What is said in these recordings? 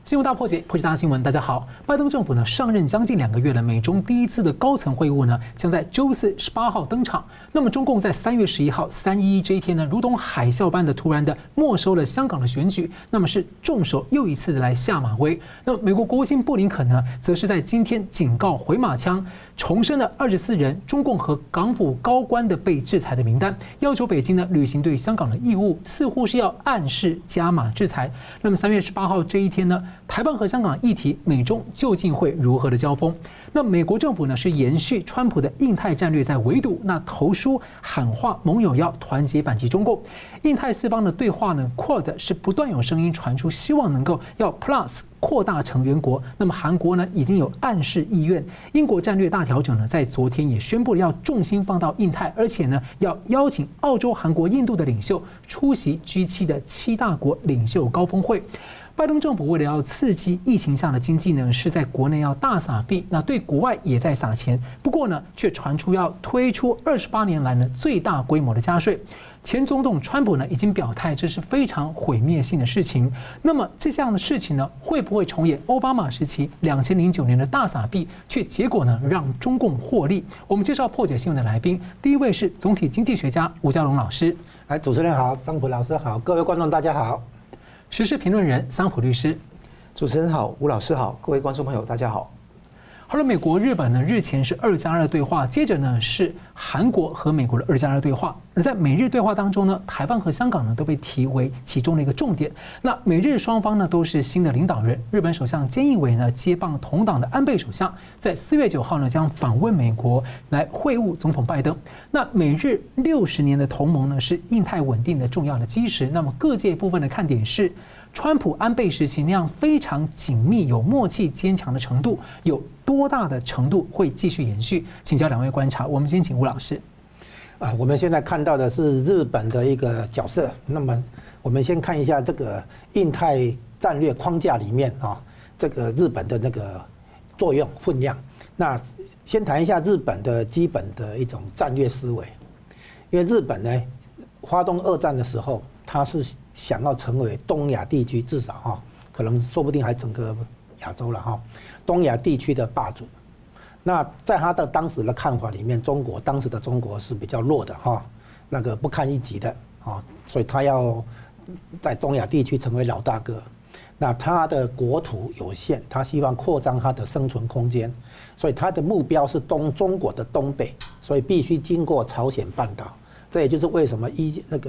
新闻大破解，破解大新闻。大家好，拜登政府呢上任将近2个月了，美中第一次的高层会晤呢将在周四18号登场。那么中共在3月11号311这一天呢，如同海啸般的突然的没收了香港的选举，那么是重手又一次的来下马威。那么美国国务卿布林肯呢，则是在今天警告回马枪，重申了24人中共和港府高官的被制裁的名单，要求北京呢履行对香港的义务，似乎是要暗示加码制裁。那么3月18号这一天呢，台湾和香港议题，美中究竟会如何的交锋？那美国政府呢是延续川普的印太战略，在围堵，那投书喊话盟友要团结反击中共。印太四方的对话呢 ，Quad 是不断有声音传出，希望能够要 Plus 扩大成员国。那么韩国呢已经有暗示意愿。英国战略大调整呢，在昨天也宣布了要重心放到印太，而且呢要邀请澳洲、韩国、印度的领袖出席 G7 的7大国领袖高峰会。拜登政府为了要刺激疫情下的经济呢，是在国内要大撒币，那对国外也在撒钱。不过呢，却传出要推出28年来呢最大规模的加税。前总统川普呢已经表态，这是非常毁灭性的事情。那么这项的事情呢，会不会重演奥巴马时期2009年的大撒币，却结果呢让中共获利？我们介绍破解新闻的来宾，第一位是总体经济学家吴嘉龙老师。 主持人好，桑普老师好，各位观众大家好。 时事评论人桑普律师。 主持人好，吴老师好，各位观众朋友大家好。 好了，美国、日本呢日前是2+2对话，接着呢是韩国和美国的2+2对话。而在美日对话当中呢，台湾和香港呢都被提为其中的一个重点。那美日双方呢都是新的领导人，日本首相菅义伟呢接棒同党的安倍首相，在4月9号呢将访问美国来会晤总统拜登。那美日60年的同盟呢是印太稳定的重要的基石。那么各界部分的看点是，川普安倍时期那样非常紧密、有默契、坚强的程度，有多大的程度会继续延续？请教2位观察。我们先请吴老师。 我们现在看到的是日本的一个角色。那么我们先看一下这个印太战略框架里面这个日本的那个作用分量。那先谈一下日本的基本的一种战略思维。因为日本呢，发动2战的时候，它是想要成为东亚地区，至少可能说不定还整个亚洲了东亚地区的霸主。那在他的当时的看法里面，当时的中国是比较弱的那个不堪一击的所以他要在东亚地区成为老大哥。那他的国土有限，他希望扩张他的生存空间，所以他的目标是中国的东北，所以必须经过朝鲜半岛。这也就是为什么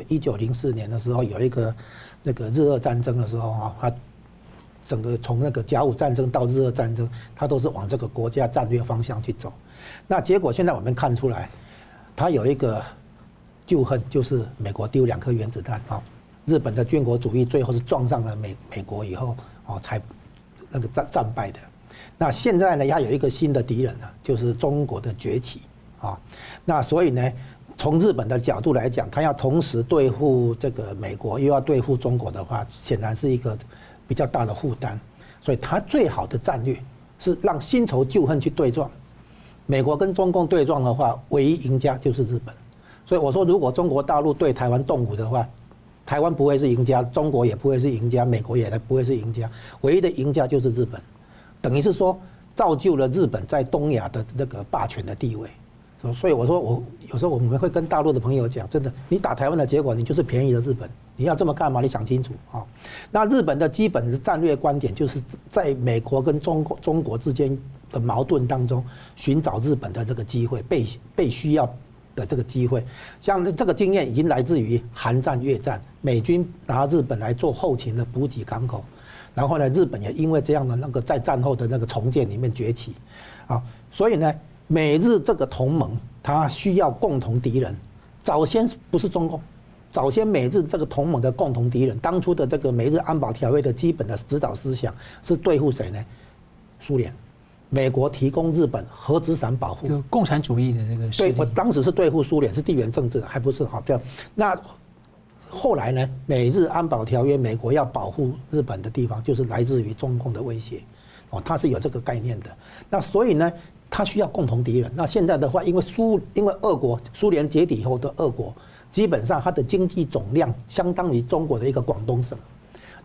1904年的时候有一个那个日俄战争的时候他整个从那个甲午战争到日俄战争，他都是往这个国家战略方向去走。那结果现在我们看出来，他有一个旧恨，就是美国丢2颗原子弹日本的军国主义最后是撞上了美国以后才那个战败的。那现在呢，他有一个新的敌人就是中国的崛起那所以呢，从日本的角度来讲，他要同时对付这个美国，又要对付中国的话，显然是一个比较大的负担。所以他最好的战略是让新仇旧恨去对撞。美国跟中共对撞的话，唯一赢家就是日本。所以我说，如果中国大陆对台湾动武的话，台湾不会是赢家，中国也不会是赢家，美国也不会是赢家，唯一的赢家就是日本。等于是说，造就了日本在东亚的那个霸权的地位。所以我说，有时候我们会跟大陆的朋友讲，真的，你打台湾的结果，你就是便宜了日本。你要这么干嘛？你想清楚那日本的基本的战略观点，就是在美国跟中国之间的矛盾当中，寻找日本的这个机会，被需要的这个机会。像这个经验已经来自于韩战、越战，美军拿日本来做后勤的补给港口，然后呢，日本也因为这样的那个在战后的那个重建里面崛起所以呢，美日这个同盟，它需要共同敌人。早先不是中共，早先美日这个同盟的共同敌人，当初的这个美日安保条约的基本的指导思想是对付谁呢？苏联。美国提供日本核子伞保护， 就共产主义的这个势力。 对，我当时是对付苏联，是地缘政治，还不是这样。那后来呢？美日安保条约，美国要保护日本的地方，就是来自于中共的威胁它是有这个概念的。那所以呢，它需要共同敌人。那现在的话，因为俄国苏联解体后的俄国，基本上它的经济总量相当于中国的一个广东省。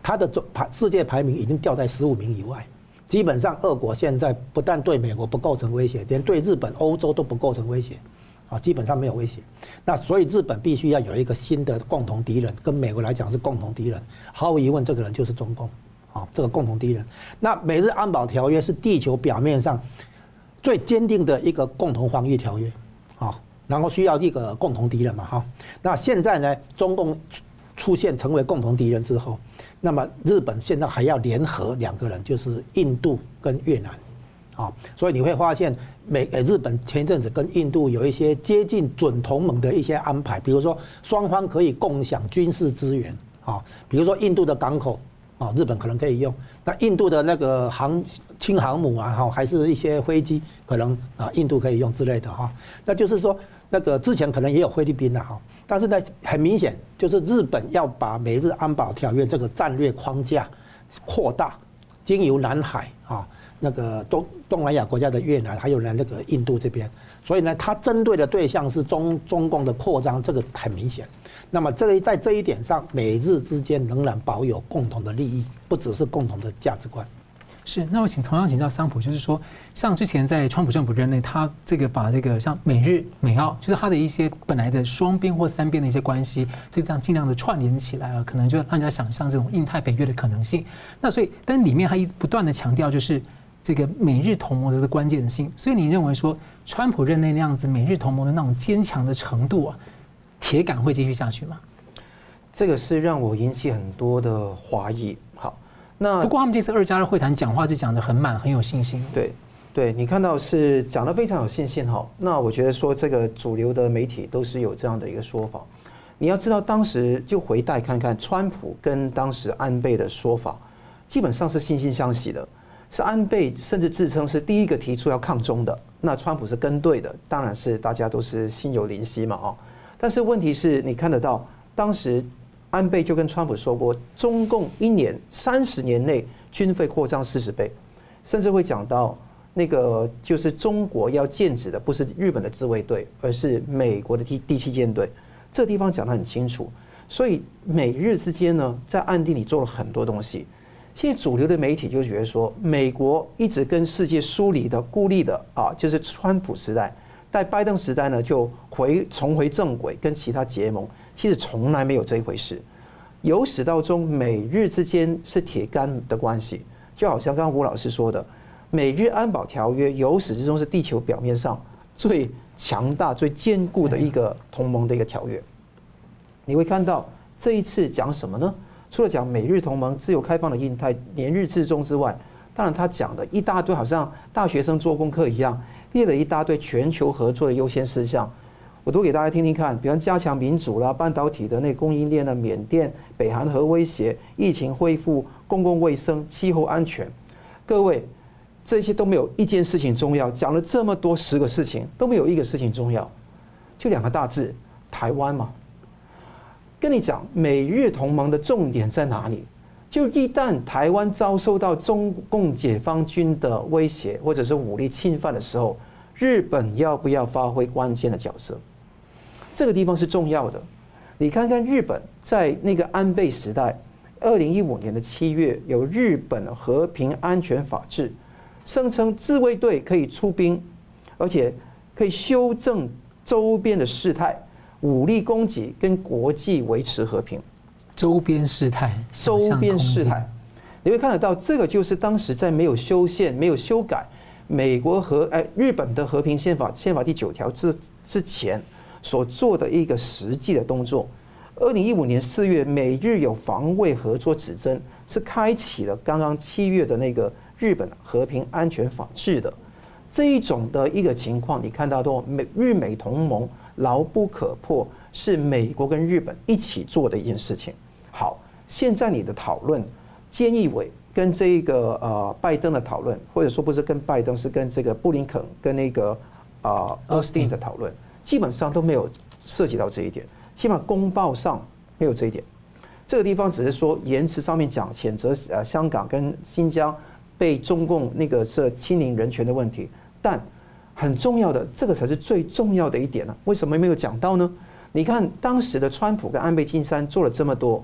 它的世界排名已经掉在15名以外。基本上，俄国现在不但对美国不构成威胁，连对日本、欧洲都不构成威胁，啊，基本上没有威胁。那所以日本必须要有一个新的共同敌人，跟美国来讲是共同敌人。毫无疑问，这个人就是中共，啊，这个共同敌人。那美日安保条约是地球表面上最坚定的一个共同防御条约，啊，然后需要一个共同敌人嘛，哈。那现在呢，中共出现成为共同敌人之后，那么日本现在还要联合2个人，就是印度跟越南，啊，所以你会发现日本前一阵子跟印度有一些接近准同盟的一些安排，比如说双方可以共享军事资源，啊，比如说印度的港口，啊，日本可能可以用，那印度的那个轻航母啊，哈，还是一些飞机，可能啊印度可以用之类的哈，那就是说那个之前可能也有菲律宾的哈。但是呢，很明显就是日本要把美日安保条约这个战略框架扩大，经由南海啊，那个东南亚国家的越南，还有呢那个印度这边，所以呢，它针对的对象是中共的扩张，这个很明显。那么在这一点上，美日之间仍然保有共同的利益，不只是共同的价值观。 是，那我同样请教桑普，就是说，像之前在川普政府任内，他这个把这个像美日、美澳，就是他的一些本来的双边或三边的一些关系，就这样尽量的串联起来啊，可能就让人家想象这种印太北约的可能性。那所以，但里面他不断的强调就是这个美日同盟的关键性。所以你认为说，川普任内那样子美日同盟的那种坚强的程度啊，铁杆会继续下去吗？ 这个是让我引起很多的怀疑。好。那不过他们这次2+2会谈讲话是讲得很满，很有信心。 对，你看到是讲得非常有信心哈。那我觉得说这个主流的媒体都是有这样的一个说法。你要知道，当时就回带看看川普跟当时安倍的说法，基本上是惺惺相惜的。是安倍甚至自称是第一个提出要抗中的，那川普是跟对的，当然是大家都是心有灵犀嘛啊。但是问题是你看得到当时。安倍就跟川普说过，中共1年30年内军费扩张40倍，甚至会讲到那个就是中国要剑指的不是日本的自卫队，而是美国的第7舰队。这个地方讲得很清楚，所以美日之间呢，在暗地里做了很多东西。现在主流的媒体就觉得说，美国一直跟世界疏离的、孤立的啊，就是川普时代，在拜登时代呢，就重回正轨，跟其他结盟。其实从来没有这一回事，由始到终，美日之间是铁杆的关系，就好像刚刚吴老师说的，美日安保条约由始至终是地球表面上最强大、最坚固的一个同盟的一个条约。你会看到这一次讲什么呢？除了讲美日同盟、自由开放的印太、连日制中之外，当然他讲的一大堆，好像大学生做功课一样，列了一大堆全球合作的优先事项。我都给大家听听看，比方加强民主啦、半导体的那供应链的缅甸、北韩核威胁、疫情恢复、公共卫生、气候安全，各位这些都没有一件事情重要。讲了这么多10个事情，都没有一个事情重要，就2个大字：台湾嘛。跟你讲，美日同盟的重点在哪里？就一旦台湾遭受到中共解放军的威胁或者是武力侵犯的时候，日本要不要发挥关键的角色？这个地方是重要的。你看看日本在那个安倍时代，2015年的7月有日本和平安全法制，声称自卫队可以出兵，而且可以修正周边的事态，武力攻击跟国际维持和平。 周边事态， 你会看得到，这个就是当时在没有修宪、没有修改美国和日本的和平宪法第9条之前所做的一个实际的动作。2015年4月，美日有防卫合作指针，是开启了刚刚7月的那个日本和平安全法制的这一种的一个情况。你看到都日美同盟牢不可破，是美国跟日本一起做的一件事情。好，现在你的讨论，菅义伟跟这个拜登的讨论，或者说不是跟拜登，是跟这个布林肯跟那个奥斯汀的讨论，基本上都没有涉及到这一点，起码公报上没有这一点。这个地方只是说言辞上面讲谴责香港跟新疆被中共那个是侵凌人权的问题，但很重要的，这个才是最重要的一点呢。为什么没有讲到呢？你看当时的川普跟安倍晋三做了这么多，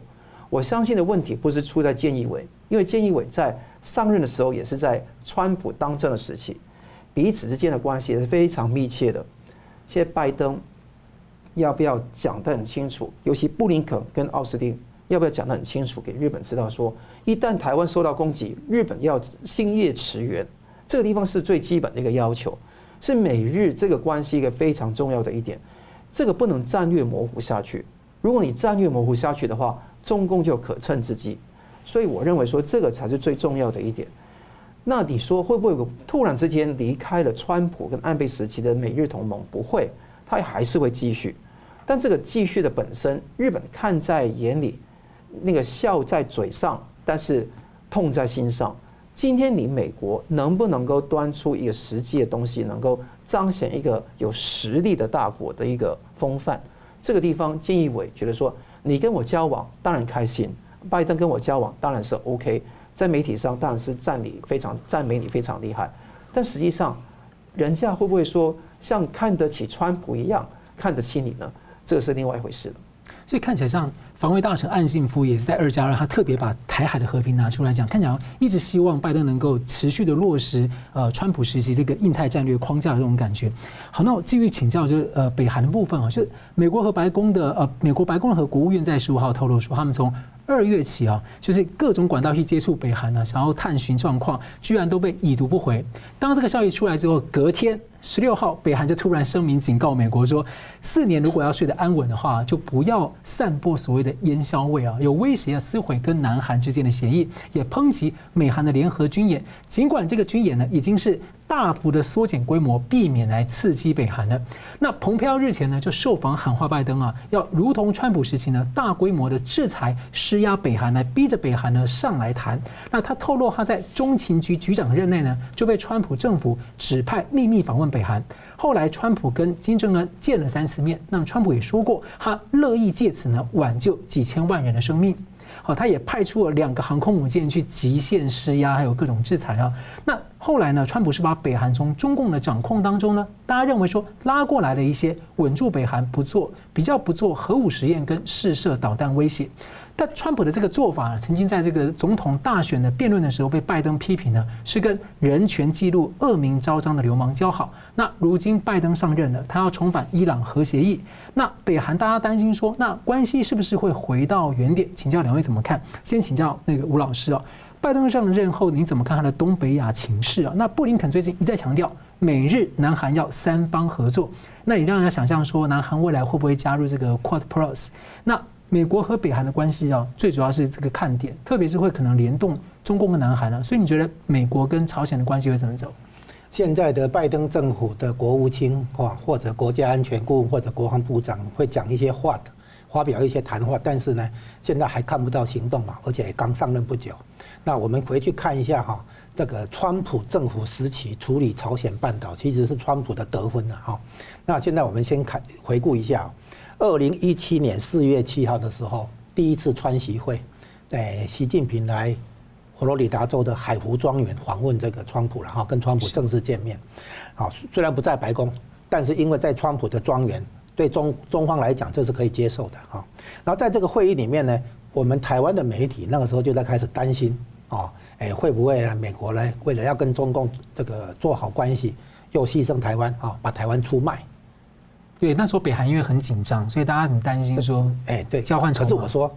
我相信的问题不是出在菅义伟，因为菅义伟在上任的时候也是在川普当政的时期，彼此之间的关系也是非常密切的。现在拜登要不要讲得很清楚？尤其布林肯跟奥斯汀要不要讲得很清楚，给日本知道说，一旦台湾受到攻击，日本要兴业驰援，这个地方是最基本的一个要求，是美日这个关系一个非常重要的一点。这个不能战略模糊下去。如果你战略模糊下去的话，中共就可乘之机。所以我认为说这个才是最重要的一点。那你说会不会突然之间离开了川普跟安倍时期的美日同盟？不会，它还是会继续。但这个继续的本身，日本看在眼里，那个笑在嘴上，但是痛在心上。今天你美国能不能够端出一个实际的东西，能够彰显一个有实力的大国的一个风范？这个地方，菅义伟觉得说，你跟我交往当然开心，拜登跟我交往当然是 OK。在媒体上当然是赞美你非常厉害，但实际上，人家会不会说像看得起川普一样看得起你呢？这个是另外一回事了。 所以看起来像防卫大臣岸信夫也是在2+2，他特别把台海的和平拿出来讲，看起来一直希望拜登能够持续的落实川普时期这个印太战略框架的这种感觉。好，那我继续请教就是北韩的部分啊，就是美国白宫和国务院在15号透露说，他们从2月起啊，就是各种管道去接触北韩呢，想要探寻状况，居然都被已读不回。当这个消息出来之后，隔天16号，北韩就突然声明警告美国说，4年如果要睡得安稳的话，就不要散播所谓的烟硝味啊，有威胁要撕毁跟南韩之间的协议，也抨击美韩的联合军演。尽管这个军演呢，已经是大幅的缩减规模，避免来刺激北韩的。那蓬佩奥日前呢就受访喊话拜登啊，要如同川普时期呢大规模的制裁施压北韩，来逼着北韩呢上来谈。那他透露他在中情局局长的任内呢就被川普政府指派秘密访问北韩。后来川普跟金正恩见了3次面，那么川普也说过他乐意借此呢挽救几千万人的生命。好，他也派出了2个航空母舰去极限施压，还有各种制裁啊。那后来呢，川普是把北韩从中共的掌控当中呢，大家认为说拉过来的一些稳住北韩比较不做核武实验跟试射导弹威胁。但川普的这个做法曾经在这个总统大选的辩论的时候被拜登批评呢，是跟人权记录恶名昭彰的流氓交好。那如今拜登上任了，他要重返伊朗核协议，那北韩大家担心说，那关系是不是会回到原点？请教2位怎么看？先请教那个吴老师啊，拜登上任后你怎么看他的东北亚情势啊？那布林肯最近一再强调美日南韩要3方合作，那也让人家想象说，南韩未来会不会加入这个 Quad Plus？ 那美国和北韩的关系啊，最主要是这个看点，特别是会可能联动中共跟南韩啊，所以你觉得美国跟朝鲜的关系会怎么走？ 现在的拜登政府的国务卿或者国家安全顾问或者国防部长会讲一些话的，发表一些谈话，但是呢，现在还看不到行动嘛，而且也刚上任不久。那我们回去看一下哈，这个川普政府时期处理朝鲜半岛，其实是川普的得分了哈。那现在我们先回顾一下。2017年4月7号的时候，第一次川习会，习近平来佛罗里达州的海湖庄园访问这个川普了哈，跟川普正式见面。好，虽然不在白宫，但是因为在川普的庄园，对中方来讲这是可以接受的哈。然后在这个会议里面呢，我们台湾的媒体那个时候就在开始担心啊，会不会美国呢为了要跟中共这个做好关系，又牺牲台湾啊，把台湾出卖。 对，那时候北韩因为很紧张，所以大家很担心说， 对， 交换筹码。 可是我说，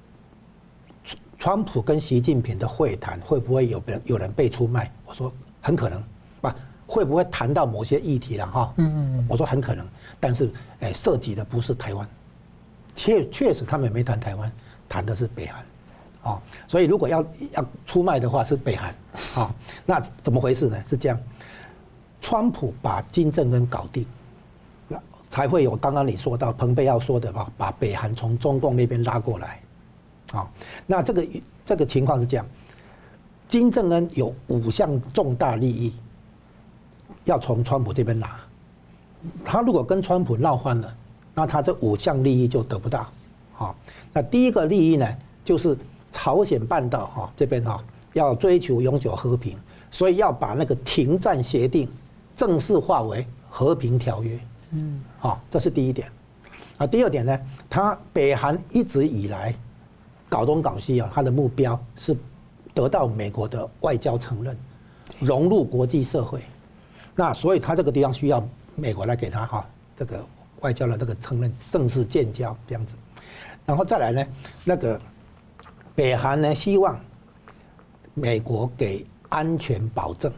川普跟习近平的会谈会不会有人被出卖？我说很可能，会不会谈到某些议题了哈？我说很可能，但是涉及的不是台湾，确实他们也没谈台湾，谈的是北韩，所以如果要出卖的话是北韩，那怎么回事呢？是这样，川普把金正恩搞定。才会有刚刚你说到蓬佩奥说的把北韩从中共那边拉过来，那这个情况是这样，金正恩有5项重大利益要从川普这边拿，他如果跟川普闹翻了，那他这5项利益就得不到，那第一个利益呢，就是朝鲜半岛这边要追求永久和平，所以要把那个停战协定正式化为和平条约。这是第一点。第二点呢，北韩一直以来搞东搞西啊，他的目标是得到美国的外交承认，融入国际社会。那所以他这个地方需要美国来给他这个外交的这个承认，正式建交这样子。然后再来呢，那个北韩呢希望美国给安全保证，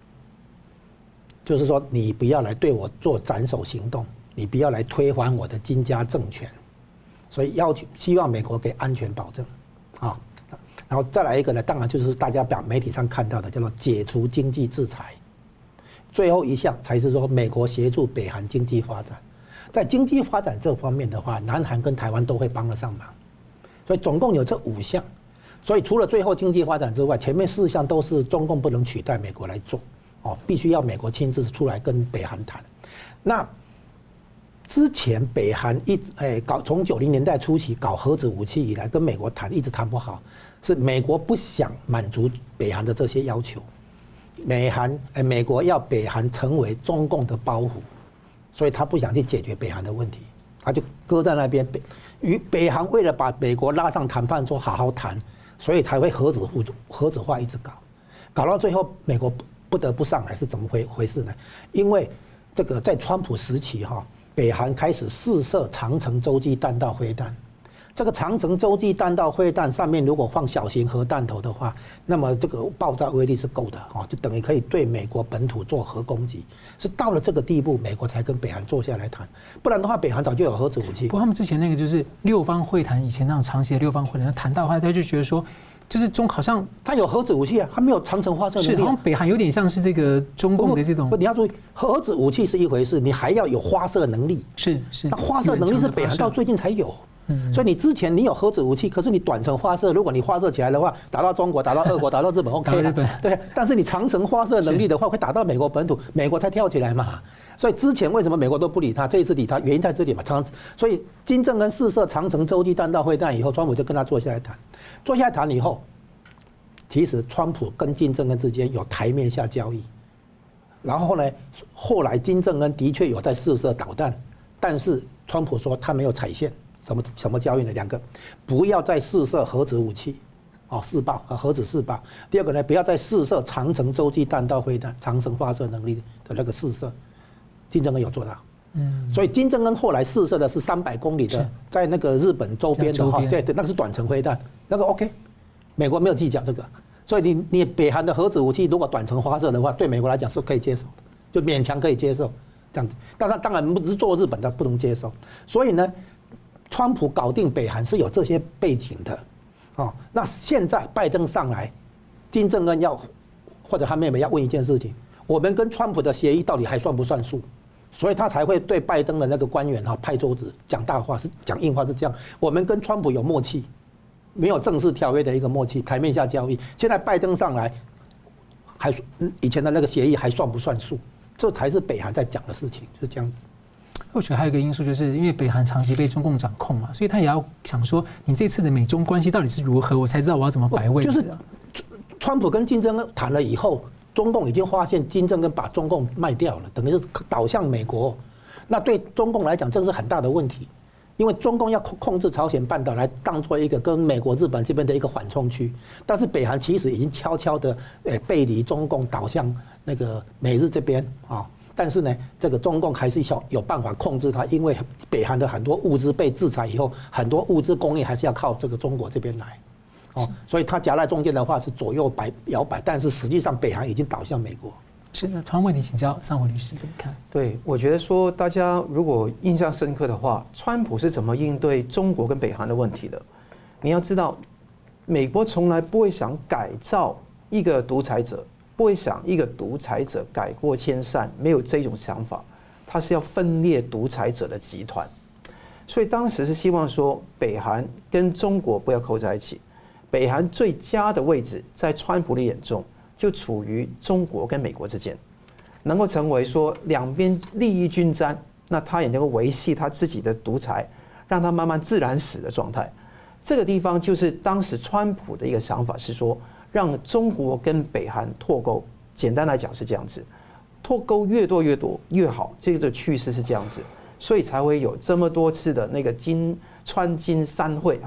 就是说你不要来对我做斩首行动，你不要来推翻我的金家政权，所以希望美国给安全保证，啊，然后再来一个呢，当然就是大家媒体上看到的叫做解除经济制裁，最后一项才是说美国协助北韩经济发展。在经济发展这方面的话，南韩跟台湾都会帮得上忙，所以总共有这5项。所以除了最后经济发展之外，前面4项都是中共不能取代美国来做，必须要美国亲自出来跟北韩谈。那之前北韩从90年代初期搞核子武器以来，跟美国谈一直谈不好，是美国不想满足北韩的这些要求，美国要北韩成为中共的包袱。所以他不想去解决北韩的问题，他就搁在那边。北韩为了把美国拉上谈判桌好好谈，所以才会核子化一直搞到最后，美国不得不上来，是怎么回事呢？因为这个在川普时期北韩开始试射长程洲际弹道飞弹。这个长程洲际弹道飞弹上面如果放小型核弹头的话，那么这个爆炸威力是够的就等于可以对美国本土做核攻击。是到了这个地步，美国才跟北韩坐下来谈，不然的话，北韩早就有核子武器。 不过他们之前那个就是6方会谈，以前那种长期的6方会谈谈到的话，他就觉得说，就是好像他有核子武器啊，他没有长程发射能力。 是，好像北韩有点像是这个中共的这种。 不，你要注意，核子武器是一回事，你还要有发射能力。 是， 那发射能力是北韩到最近才有。所以你之前你有核子武器，可是你短程发射，如果你发射起来的话，打到中国、打到俄国、打到日本 ，OK 了。对，但是你长程发射能力的话，会打到美国本土，美国才跳起来嘛。所以之前为什么美国都不理他，这一次理他，原因在这里嘛。所以金正恩试射长程洲际弹道飞弹以后，川普就跟他坐下来谈。坐下来谈以后，其实川普跟金正恩之间有台面下交易。然后呢，后来金正恩的确有在试射导弹，但是川普说他没有踩线。什么交易呢？2个，不要再试射核子武器，试爆核子试爆。第2个呢，不要再试射长程洲际弹道飞弹长程发射能力的那个试射。金正恩有做到，所以金正恩后来试射的是300公里的，在那个日本周边的对，那个是短程飞弹，那个 OK， 美国没有计较这个。所以你北韩的核子武器如果短程发射的话，对美国来讲是可以接受的，就勉强可以接受这样子。但他当然不是做日本的不能接受，所以呢。川普搞定北韩是有这些背景的，那现在拜登上来，金正恩或者他妹妹要问一件事情：我们跟川普的协议到底还算不算数？所以他才会对拜登的那个官员拍桌子讲大话，是讲硬话，是这样。我们跟川普有默契，没有正式条约的一个默契，台面下交易。现在拜登上来，以前的那个协议还算不算数？这才是北韩在讲的事情，是这样子。 我觉得还有一个因素，就是因为北韩长期被中共掌控嘛，所以他也要想说，你这次的美中关系到底是如何，我才知道我要怎么摆位置。就是川普跟金正恩谈了以后，中共已经发现金正恩把中共卖掉了，等于是倒向美国。那对中共来讲，这是很大的问题，因为中共要控制朝鲜半岛来当做一个跟美国、日本这边的一个缓冲区，但是北韩其实已经悄悄的背离中共，倒向那个美日这边啊。但是呢，这个中共还是有办法控制它，因为北韩的很多物资被制裁以后，很多物资供应还是要靠这个中国这边来，所以它夹在中间的话是左右摇摆，但是实际上北韩已经倒向美国。 是的，同样问题请教尚虎律师怎么看？ 对，我觉得说大家如果印象深刻的话，川普是怎么应对中国跟北韩的问题的？你要知道，美国从来不会想改造一个独裁者。不会想一个独裁者改过迁善，没有这种想法，他是要分裂独裁者的集团，所以当时是希望说北韩跟中国不要扣在一起，北韩最佳的位置在川普的眼中就处于中国跟美国之间，能够成为说两边利益均沾，那他也能够维系他自己的独裁，让他慢慢自然死的状态。这个地方就是当时川普的一个想法是说。让中国跟北韩脱钩，简单来讲是这样子，脱钩越多越好，这个趋势是这样子，所以才会有这么多次的那个川金三会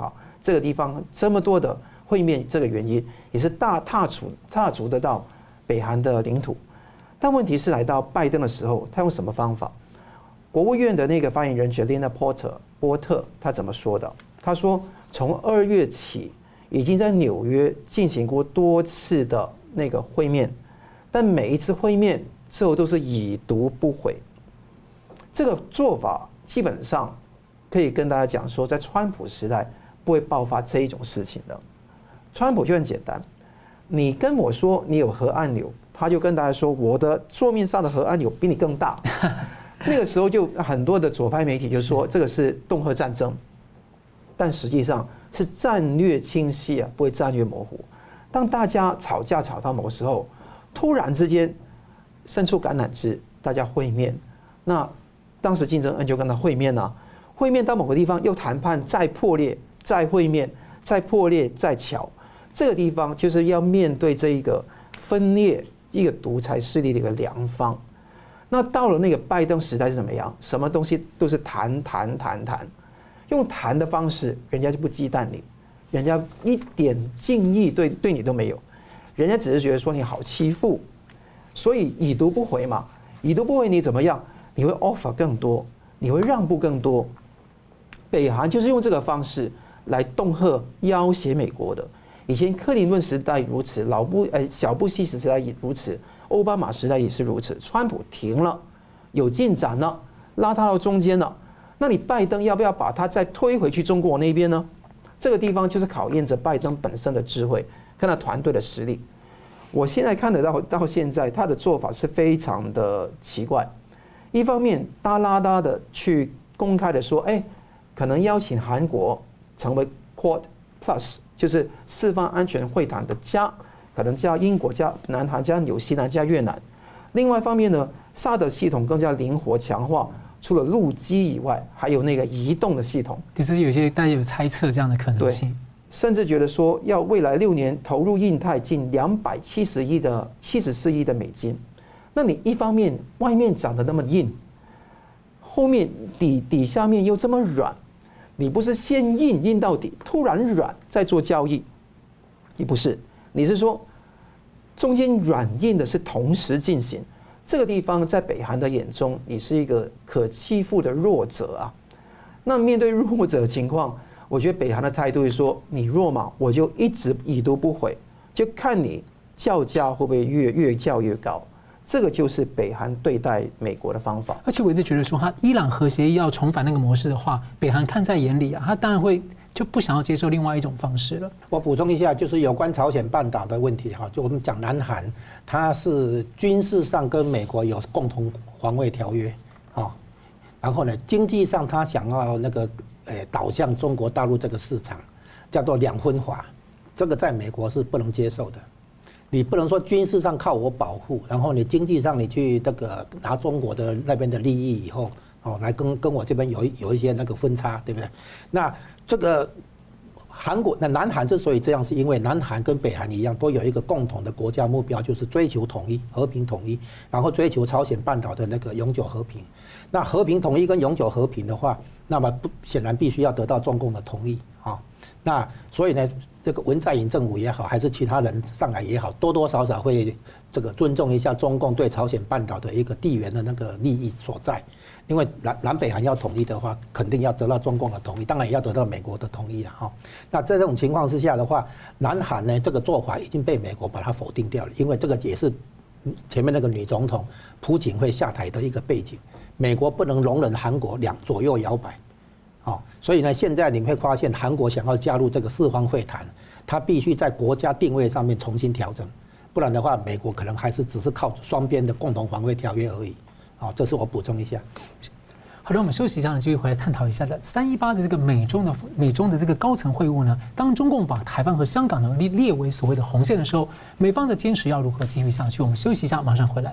这个地方这么多的会面，这个原因也是踏足得到北韩的领土。但问题是来到拜登的时候，他用什么方法？国务院的那个发言人 Jalina Porter 波特他怎么说的？他说从2月起已经在纽约进行过多次的那个会面，但每一次会面之后都是已读不回。这个做法基本上可以跟大家讲说，在川普时代不会爆发这一种事情的。川普就很简单，你跟我说你有核按钮，他就跟大家说我的桌面上的核按钮比你更大。那个时候就很多的左派媒体就说这个是恫吓战争，但实际上是战略清晰啊，不会战略模糊。当大家吵架吵到某个时候，突然之间伸出橄榄枝，大家会面。那当时金正恩就跟他会面啊，会面到某个地方又谈判，再破裂，再会面，再破裂，再巧。这个地方就是要面对这一个分裂、一个独裁势力的一个良方。那到了那个拜登时代是怎么样？什么东西都是谈，用谈的方式，人家就不鸡蛋你，人家一点敬意对你都没有，人家只是觉得说你好欺负，所以已读不回嘛，已读不回你怎么样？你会 offer 更多，你会让步更多。北韩就是用这个方式来恫吓、要挟美国的。以前克林顿时代如此，小布希时代也如此，奥巴马时代也是如此。川普停了，有进展了，拉他到中间了。那你拜登要不要把他再推回去中国那边呢？这个地方就是考验着拜登本身的智慧跟他团队的实力。我现在看得到现在他的做法是非常的奇怪。一方面大拉拉的去公开的说，可能邀请韩国成为 Quad Plus， 就是四方安全会谈的加，可能加英国、加南韩、加纽西兰、加越南。另外一方面呢，萨德系统更加灵活强化，除了陆基以外，还有那个移动的系统。 其实有些大家有猜测这样的可能性， 甚至觉得说要未来6年投入印太近274亿的美金。那你一方面外面长得那么硬，后面底下面又这么软，你不是先硬到底，突然软再做交易，你不是，你是说中间软硬的是同时进行。这个地方在北韩的眼中，你是一个可欺负的弱者啊。那面对弱者的情况，我觉得北韩的态度是说，你弱嘛，我就一直已读不回，就看你叫价会不会越叫越高。这个就是北韩对待美国的方法。 而且我一直觉得说，他伊朗核协议要重返那个模式的话，北韩看在眼里啊，他当然会就不想要接受另外一种方式了。 我补充一下，就是有关朝鲜半岛的问题哈，就我们讲南韩，它是军事上跟美国有共同防卫条约，然后呢，经济上它想要那个导向中国大陆这个市场，叫做两分法，这个在美国是不能接受的。你不能说军事上靠我保护，然后你经济上你去那个拿中国的那边的利益以后，来跟我这边有一些那个分差，对不对？那这个南韩之所以这样，是因为南韩跟北韩一样，都有一个共同的国家目标，就是追求统一、和平统一，然后追求朝鲜半岛的那个永久和平。那和平统一跟永久和平的话，那么显然必须要得到中共的同意啊。那所以呢，这个文在寅政府也好，还是其他人上来也好，多多少少会这个尊重一下中共对朝鲜半岛的一个地缘的那个利益所在。因为南北韩要统一的话，肯定要得到中共的同意，当然也要得到美国的同意了哈。那在这种情况之下的话，南韩呢这个做法已经被美国把它否定掉了，因为这个也是前面那个女总统朴槿惠下台的一个背景，美国不能容忍韩国左右摇摆。所以呢，现在你会发现韩国想要加入这个四方会谈，它必须在国家定位上面重新调整，不然的话，美国可能还是只是靠双边的共同防卫条约而已。这是我补充一下。 好的，我们休息一下呢，继续回来探讨一下的318的这个美中的这个高层会晤呢，当中共把台湾和香港呢列为所谓的红线的时候，美方的坚持要如何继续下去？我们休息一下，马上回来。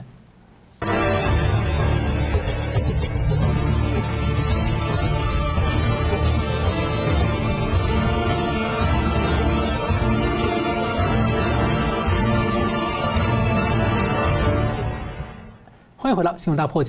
欢迎回到新闻大破解。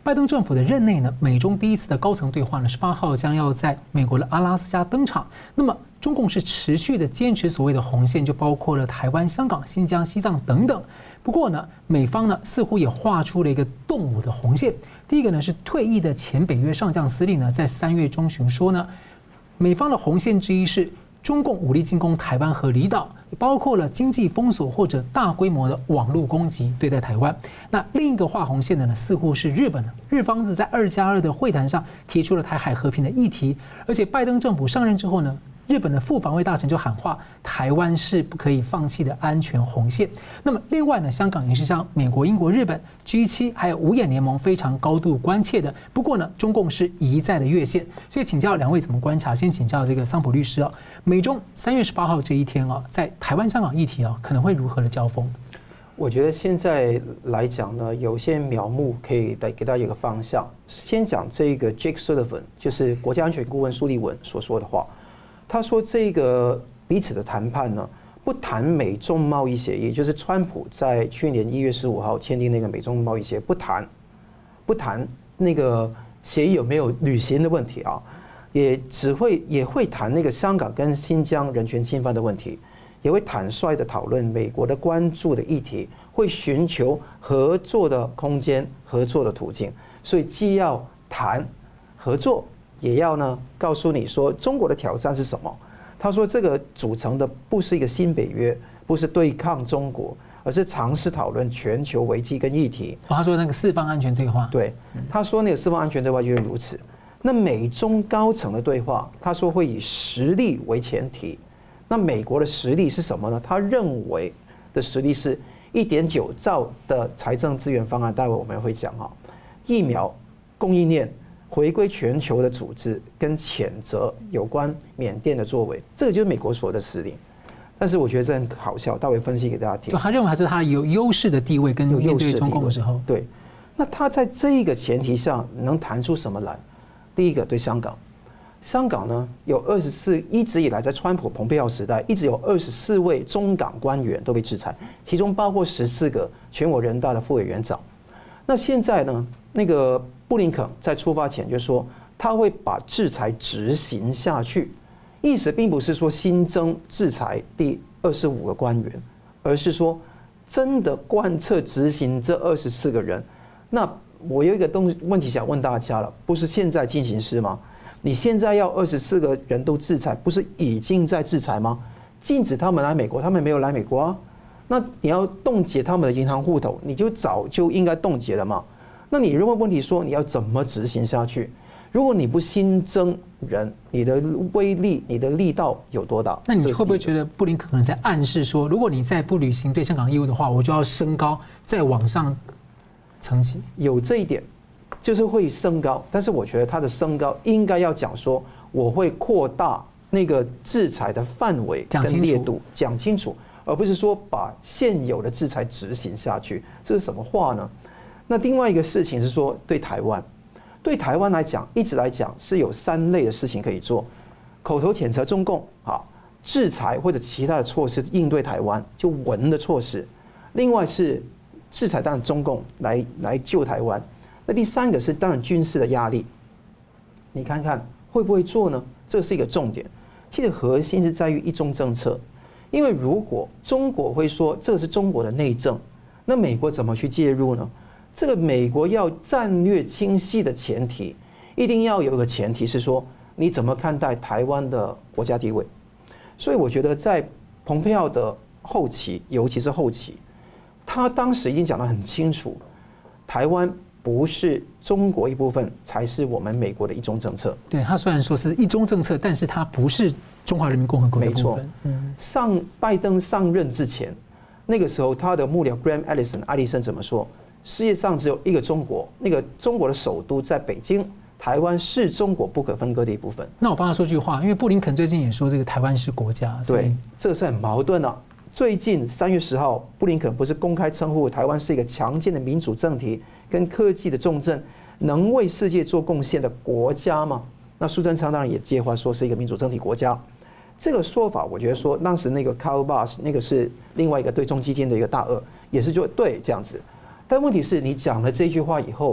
拜登政府的任内呢，美中第一次的高层对话呢，18号将要在美国的阿拉斯加登场。那么中共是持续的坚持所谓的红线，就包括了台湾、香港、新疆、西藏等等。不过呢，美方呢似乎也画出了一个动武的红线。第一个呢是退役的前北约上将司令呢，在3月中旬说呢，美方的红线之一是中共武力进攻台湾和离岛，包括了经济封锁或者大规模的网络攻击对待台湾。那另一个画红线的呢，似乎是日本的。日方在2+2的会谈上提出了台海和平的议题，而且拜登政府上任之后呢，日本的副防卫大臣就喊话，台湾是不可以放弃的安全红线。那么另外呢，香港也是像美国、英国、日本、G7 还有五眼联盟非常高度关切的。不过呢，中共是一再的越线，所以请教两位怎么观察？先请教这个桑普律师啊，美中3月18号这一天啊，在台湾、香港议题啊，可能会如何的交锋？ 我觉得现在来讲呢，有些苗目可以给大家一个方向。先讲这个 Jake Sullivan， 就是国家安全顾问苏利文所说的话。他说这个彼此的谈判呢，不谈美中贸易协议，就是川普在去年1月15号签订那个美中贸易协议，不谈那个协议有没有履行的问题啊，也会谈那个香港跟新疆人权侵犯的问题，也会坦率的讨论美国的关注的议题，会寻求合作的空间、合作的途径，所以既要谈合作。也要呢告诉你说中国的挑战是什么。他说这个组成的不是一个新北约，不是对抗中国，而是尝试讨论全球危机跟议题。 他说那个四方安全对话， 对，他说那个四方安全对话就是如此。那美中高层的对话，他说会以实力为前提。那美国的实力是什么呢？他认为的实力是1.9兆的财政资源方案，待会我们会讲啊，疫苗供应链。回归全球的组织跟谴责有关缅甸的作为，这个就是美国所的实力。但是我觉得这很好笑，待会分析给大家听。 就他认为还是他有优势的地位，跟面对中共的时候， 对。那他在这个前提下能谈出什么来？第一个，对香港，香港呢有一直以来在川普蓬佩奥时代，一直有24位中港官员都被制裁，其中包括14个全国人大的副委员长。那现在呢，那个布林肯在出发前就说他会把制裁执行下去，意思并不是说新增制裁第25个官员，而是说真的贯彻执行这24个人。那我有一个问题想问大家了，不是现在进行式吗？你现在要24个人都制裁，不是已经在制裁吗？禁止他们来美国，他们没有来美国啊。那你要冻结他们的银行户头，你就早就应该冻结了嘛。那你如果问题说你要怎么执行下去？如果你不新增人，你的威力、你的力道有多大？ 那你会不会觉得布林肯可能在暗示说，如果你再不履行对香港义务的话，我就要升高，再往上层级？ 有这一点，就是会升高，但是我觉得他的升高应该要讲说，我会扩大那个制裁的范围跟烈度，讲清楚。而不是说把现有的制裁执行下去，这是什么话呢？那另外一个事情是说，对台湾来讲，一直来讲是有3类的事情可以做：口头谴责中共，制裁或者其他的措施应对台湾，就文的措施；另外是制裁当然中共来救台湾。那第3个是当然军事的压力，你看看会不会做呢？这是一个重点。其实核心是在于一中政策。因为如果中国会说这是中国的内政，那美国怎么去介入呢？这个美国要战略清晰的前提，一定要有一个前提是说你怎么看待台湾的国家地位。所以我觉得在蓬佩奥的后期，尤其是后期，他当时已经讲得很清楚，台湾不是中国一部分，才是我们美国的一中政策。 对，他虽然说是一中政策，但是他不是中华人民共和国的部分。 拜登上任之前，那个时候他的幕僚 Graham Allison 艾利森怎么说？世界上只有一个中国，那个中国的首都在北京，台湾是中国不可分割的一部分。 那我帮他说句话，因为布林肯最近也说这个台湾是国家， 对，这个是很矛盾的。最近3月10号，布林肯不是公开称呼台湾是一个强健的民主政体跟科技的重镇，能为世界做贡献的国家吗？那苏贞昌当然也接话说是一个民主政体国家。这个说法，我觉得说当时那个 Kyle Bass 那个是另外一个对中基金的一个大鳄，也是就对这样子。但问题是你讲了这句话以后，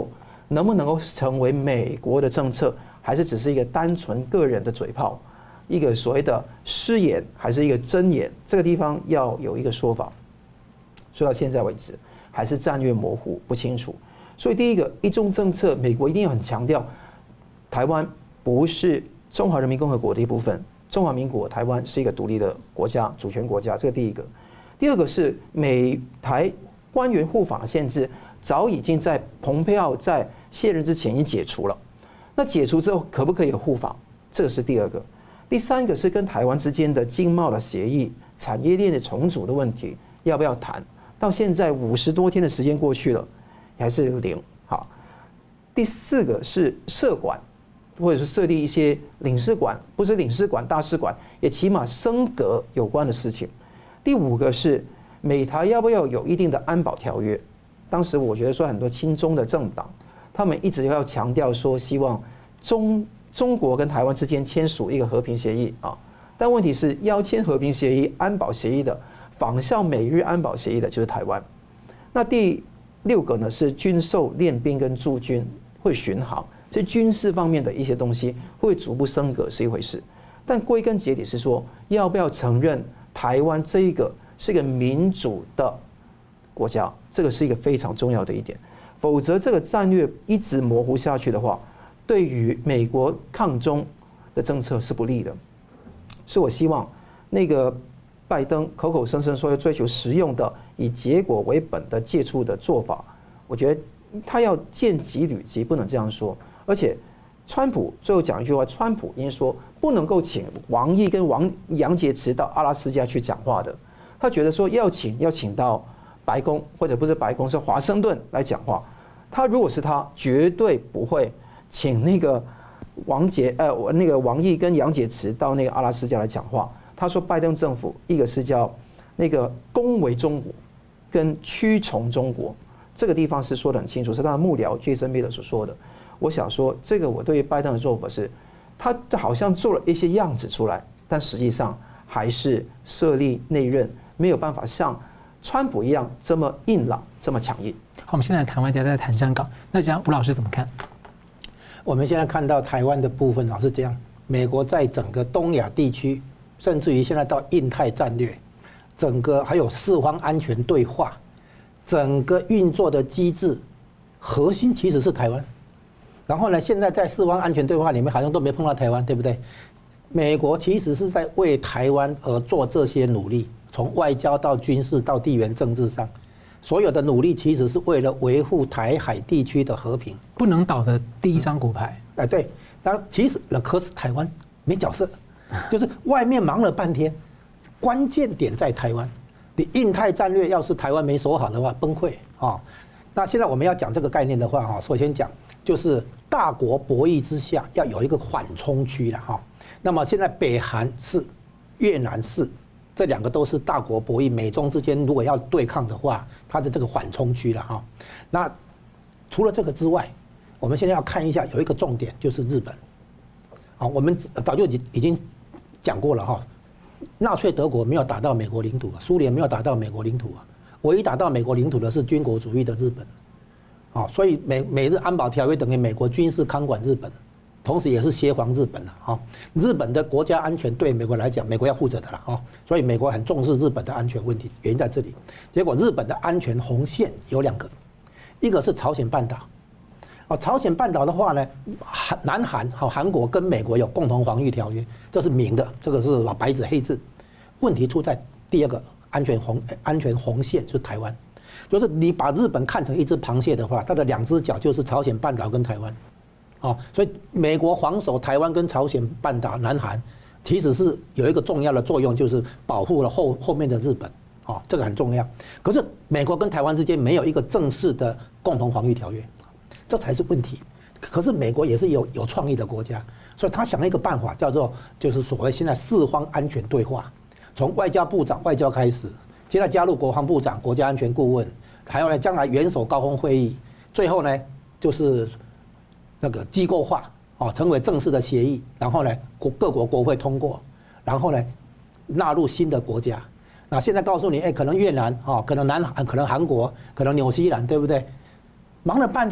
能不能够成为美国的政策，还是只是一个单纯个人的嘴炮，一个所谓的失言，还是一个真言？这个地方要有一个说法。说到现在为止，还是战略模糊不清楚。所以第一个一中政策，美国一定要很强调，台湾不是中华人民共和国的一部分，中华民国台湾是一个独立的国家，主权国家，这个第一个。第二个是美台官员互访的限制，早已经在蓬佩奥在卸任之前已经解除了。那解除之后可不可以有互访？这个是第二个。第三个是跟台湾之间的经贸的协议、产业链的重组的问题，要不要谈？到现在50多天的时间过去了，还是零。好，第四个是设馆，或者是设立一些领事馆，不是领事馆、大使馆，也起码升格有关的事情。第五个是美台要不要有一定的安保条约？当时我觉得说很多亲中的政党，他们一直要强调说希望中国跟台湾之间签署一个和平协议啊，但问题是要签和平协议、安保协议的，仿效美日安保协议的就是台湾。那第六个呢是军售、练兵跟驻军会巡航，所以军事方面的一些东西会逐步升格是一回事，但归根结底是说要不要承认台湾这一个是一个民主的国家，这个是一个非常重要的一点。否则这个战略一直模糊下去的话，对于美国抗中的政策是不利的。所以我希望那个拜登口口声声说要追求实用的、以结果为本的接触的做法，我觉得他要见机履机，不能这样说。而且川普最后讲一句话，川普已经说不能够请王毅跟杨洁篪到阿拉斯加去讲话的，他觉得说要请到白宫，或者不是白宫，是华盛顿来讲话。他如果是他，绝对不会请那个王毅跟杨洁篪到那个阿拉斯加来讲话。他说拜登政府一个是叫那个恭维中国，跟屈从中国，这个地方是说得很清楚，是他的幕僚 Jason Miller 所说的。我想说，这个我对于拜登的做法是，他好像做了一些样子出来，但实际上还是设立内任，没有办法像川普一样这么硬朗，这么强硬。 好，我们现在谈完，等下再谈香港。那讲吴老师怎么看？ 我们现在看到台湾的部分是这样，美国在整个东亚地区，甚至于现在到印太战略，整个还有四方安全对话，整个运作的机制核心其实是台湾。然后呢，现在在四方安全对话里面好像都没碰到台湾，对不对？美国其实是在为台湾而做这些努力，从外交到军事到地缘政治上，所有的努力其实是为了维护台海地区的和平， 不能倒的第一张骨牌。 对，那其实可是台湾没角色，就是外面忙了半天，关键点在台湾。你印太战略要是台湾没守好的话，崩溃啊！那现在我们要讲这个概念的话，哈，首先讲就是大国博弈之下要有一个缓冲区了哈。那么现在北韩是，越南是，这两个都是大国博弈，美中之间如果要对抗的话，它的这个缓冲区了哈。那除了这个之外，我们现在要看一下有一个重点就是日本。好，我们早就已经讲过了哈。纳粹德国没有打到美国领土，苏联没有打到美国领土啊，唯一打到美国领土的是军国主义的日本。啊，所以美日安保条约等于美国军事看管日本，同时也是协防日本了啊。日本的国家安全对美国来讲，美国要负责的了啊。所以美国很重视日本的安全问题，原因在这里。结果日本的安全红线有两个，一个是朝鲜半岛。哦，朝鲜半岛的话呢，南韩韩国跟美国有共同防御条约，这是明的，这个是白纸黑字。问题出在第二个安全红线就是台湾。就是你把日本看成一只螃蟹的话，它的两只脚就是朝鲜半岛跟台湾，哦，所以美国防守台湾跟朝鲜半岛、南韩，其实是有一个重要的作用，就是保护了后面的日本，哦，这个很重要。可是美国跟台湾之间没有一个正式的共同防御条约，这才是问题。可是美国也是有创意的国家，所以他想了一个办法，叫做就是所谓现在四方安全对话，从外交部长外交开始。现在加入国防部长、国家安全顾问，还有呢，将来元首高峰会议，最后呢就是那个机构化，哦，成为正式的协议，然后呢各国国会通过，然后呢纳入新的国家。那现在告诉你，哎，可能越南，哦，可能南韩，可能韩国，可能纽西兰，对不对？忙了半天，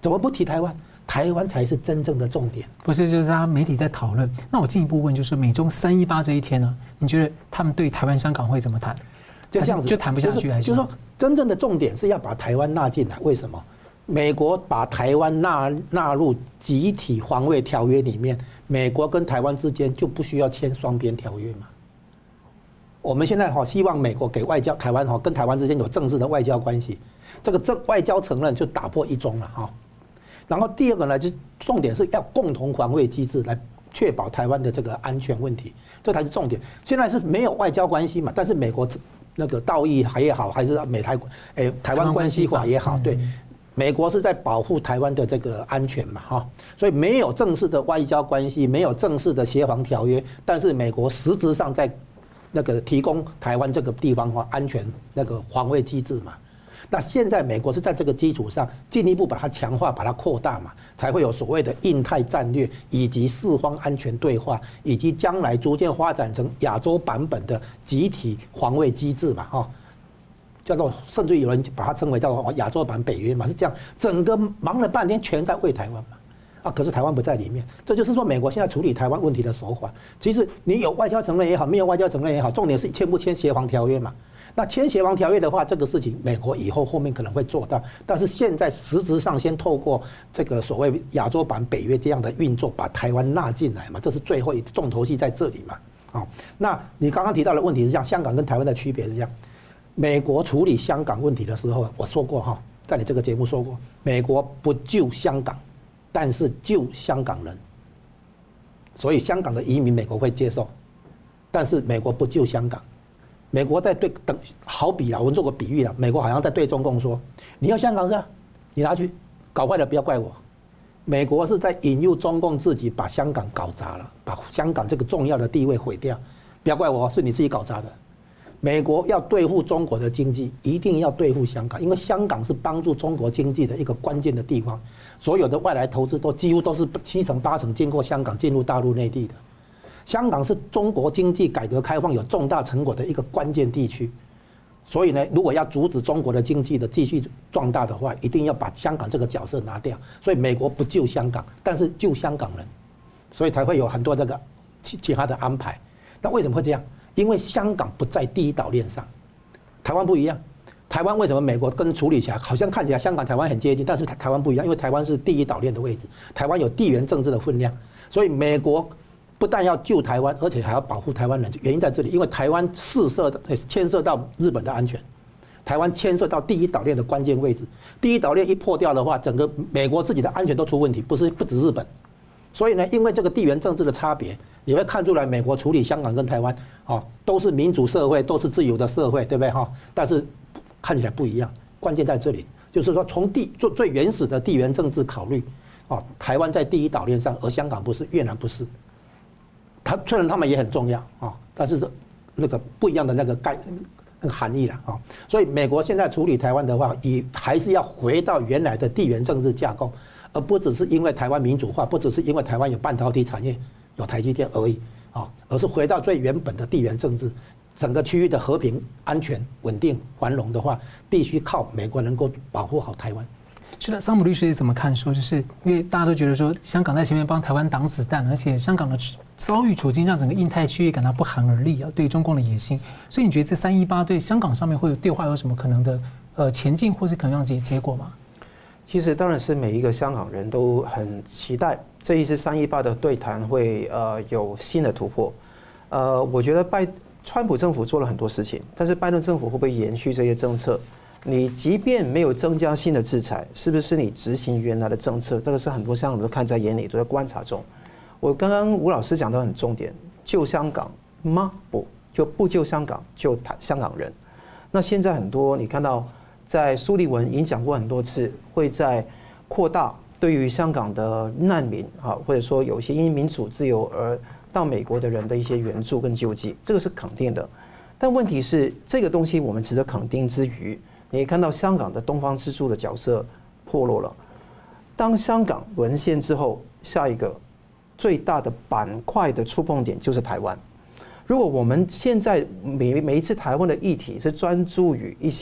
怎么不提台湾？台湾才是真正的重点。 不是，就是他媒体在讨论。那我进一步问，就是美中318这一天呢，你觉得他们对台湾、香港会怎么谈？ 就这样子就谈不下去，还是？ 就是说，真正的重点是要把台湾纳进来。为什么？美国把台湾纳入集体防卫条约里面，美国跟台湾之间就不需要签双边条约嘛？我们现在希望美国给台湾跟台湾之间有正式的外交关系，这个外交承认就打破一中了哈。然后第二个呢，就是重点是要共同防卫机制来确保台湾的这个安全问题，这才是重点。现在是没有外交关系嘛，但是美国那个道义也好，还是台湾关系法也好，对，美国是在保护台湾的这个安全嘛哈，所以没有正式的外交关系，没有正式的协防条约，但是美国实质上在那个提供台湾这个地方安全那个防卫机制嘛。那现在美国是在这个基础上进一步把它强化、把它扩大嘛，才会有所谓的印太战略，以及四方安全对话，以及将来逐渐发展成亚洲版本的集体防卫机制嘛，哈，叫做甚至有人把它称为叫做亚洲版北约嘛，是这样，整个忙了半天全在为台湾嘛，啊，可是台湾不在里面，这就是说美国现在处理台湾问题的手法。其实你有外交承认也好，没有外交承认也好，重点是签不签协防条约嘛。那签协防条约的话，这个事情美国以后面可能会做到，但是现在实质上先透过这个所谓亚洲版北约这样的运作，把台湾纳进来嘛，这是最后一重头戏在这里嘛。好，那你刚刚提到的问题是这样，香港跟台湾的区别是这样。美国处理香港问题的时候，我说过哈，在你这个节目说过，美国不救香港，但是救香港人，所以香港的移民美国会接受，但是美国不救香港。美国在好比啊，我们做个比喻了，美国好像在对中共说，你要香港是吧？你拿去，搞坏了不要怪我。美国是在引诱中共自己把香港搞砸了，把香港这个重要的地位毁掉，不要怪我，是你自己搞砸的。美国要对付中国的经济，一定要对付香港，因为香港是帮助中国经济的一个关键的地方，所有的外来投资几乎都是7成8成经过香港进入大陆内地的。香港是中国经济改革开放有重大成果的一个关键地区，所以呢，如果要阻止中国的经济的继续壮大的话，一定要把香港这个角色拿掉。所以美国不救香港，但是救香港人，所以才会有很多这个其他的安排。那为什么会这样？因为香港不在第一岛链上，台湾不一样。台湾为什么美国跟处理起来好像看起来香港、台湾很接近，但是台湾不一样，因为台湾是第一岛链的位置，台湾有地缘政治的分量，所以美国不但要救台湾，而且还要保护台湾人。原因在这里，因为台湾牵涉到日本的安全，台湾牵涉到第一岛链的关键位置。第一岛链一破掉的话，整个美国自己的安全都出问题，不止日本。所以呢，因为这个地缘政治的差别，你会看出来，美国处理香港跟台湾，都是民主社会，都是自由的社会，对不对哈？但是看起来不一样，关键在这里，就是说从最原始的地缘政治考虑，台湾在第一岛链上，而香港不是，越南不是。虽然他们也很重要啊，但是那个不一样的那个含义了啊。所以美国现在处理台湾的话，还是要回到原来的地缘政治架构，而不只是因为台湾民主化，不只是因为台湾有半导体产业、有台积电而已啊，而是回到最原本的地缘政治。整个区域的和平、安全、稳定、繁荣的话，必须靠美国能够保护好台湾。 是的，桑姆律师也怎么看？说就是因为大家都觉得说，香港在前面帮台湾挡子弹，而且香港的遭遇处境让整个印太区域感到不寒而栗啊，对中共的野心。所以你觉得这318对香港上面会有对话有什么可能的前进，或是可能样结果吗？ 其实当然是每一个香港人都很期待这一次318的对谈会有新的突破。我觉得川普政府做了很多事情，但是拜登政府会不会延续这些政策？你即便没有增加新的制裁，是不是你执行原来的政策？这个是很多香港人都看在眼里，都在观察中。我刚刚吴老师讲到很重点，救香港吗？不救香港，救香港人。那现在很多你看到，在苏利文已经讲过很多次，会在扩大对于香港的难民或者说有些因民主自由而到美国的人的一些援助跟救济，这个是肯定的。但问题是，这个东西我们值得肯定之余，你也看到香港的东方之珠的角色破落了。当香港沦陷之后，下一个最大的板块的触碰点就是台湾。如果我们现在每一次台湾的议题是专注于一些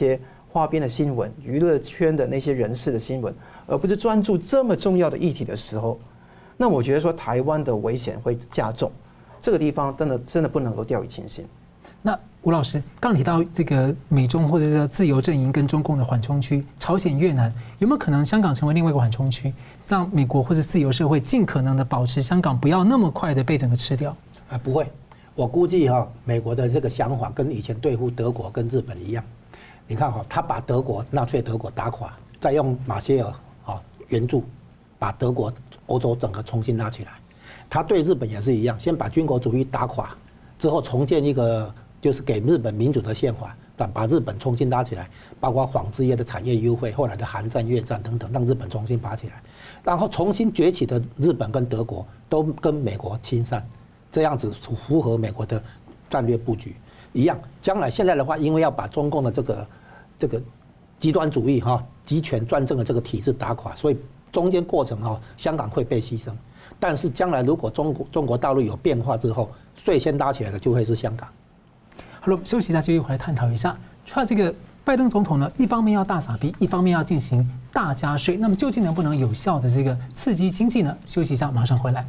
花边的新闻、娱乐圈的那些人士的新闻，而不是专注这么重要的议题的时候，那我觉得说台湾的危险会加重。这个地方真的不能够掉以轻心。 那吴老师刚提到这个美中或者是自由阵营跟中共的缓冲区，朝鲜、越南有没有可能香港成为另外一个缓冲区，让美国或者自由社会尽可能的保持香港不要那么快的被整个吃掉？ 不会，我估计美国的这个想法跟以前对付德国跟日本一样。你看他把纳粹德国打垮，再用马歇尔援助，把德国、欧洲整个重新拉起来。他对日本也是一样，先把军国主义打垮，之后重建一个就是给日本民主的宪法，把日本重新拉起来，包括纺织业的产业优惠，后来的韩战、越战等等，让日本重新爬起来，然后重新崛起的日本跟德国都跟美国亲善，这样子符合美国的战略布局一样。将来现在的话，因为要把中共的这个极端主义集权专政的这个体制打垮，所以中间过程香港会被牺牲。但是将来如果中国大陆有变化之后，最先拉起来的就会是香港。 好了，休息一下，就一会儿来探讨一下。除了这个拜登总统呢，一方面要大撒币，一方面要进行大加税，那么究竟能不能有效的这个刺激经济呢？休息一下，马上回来。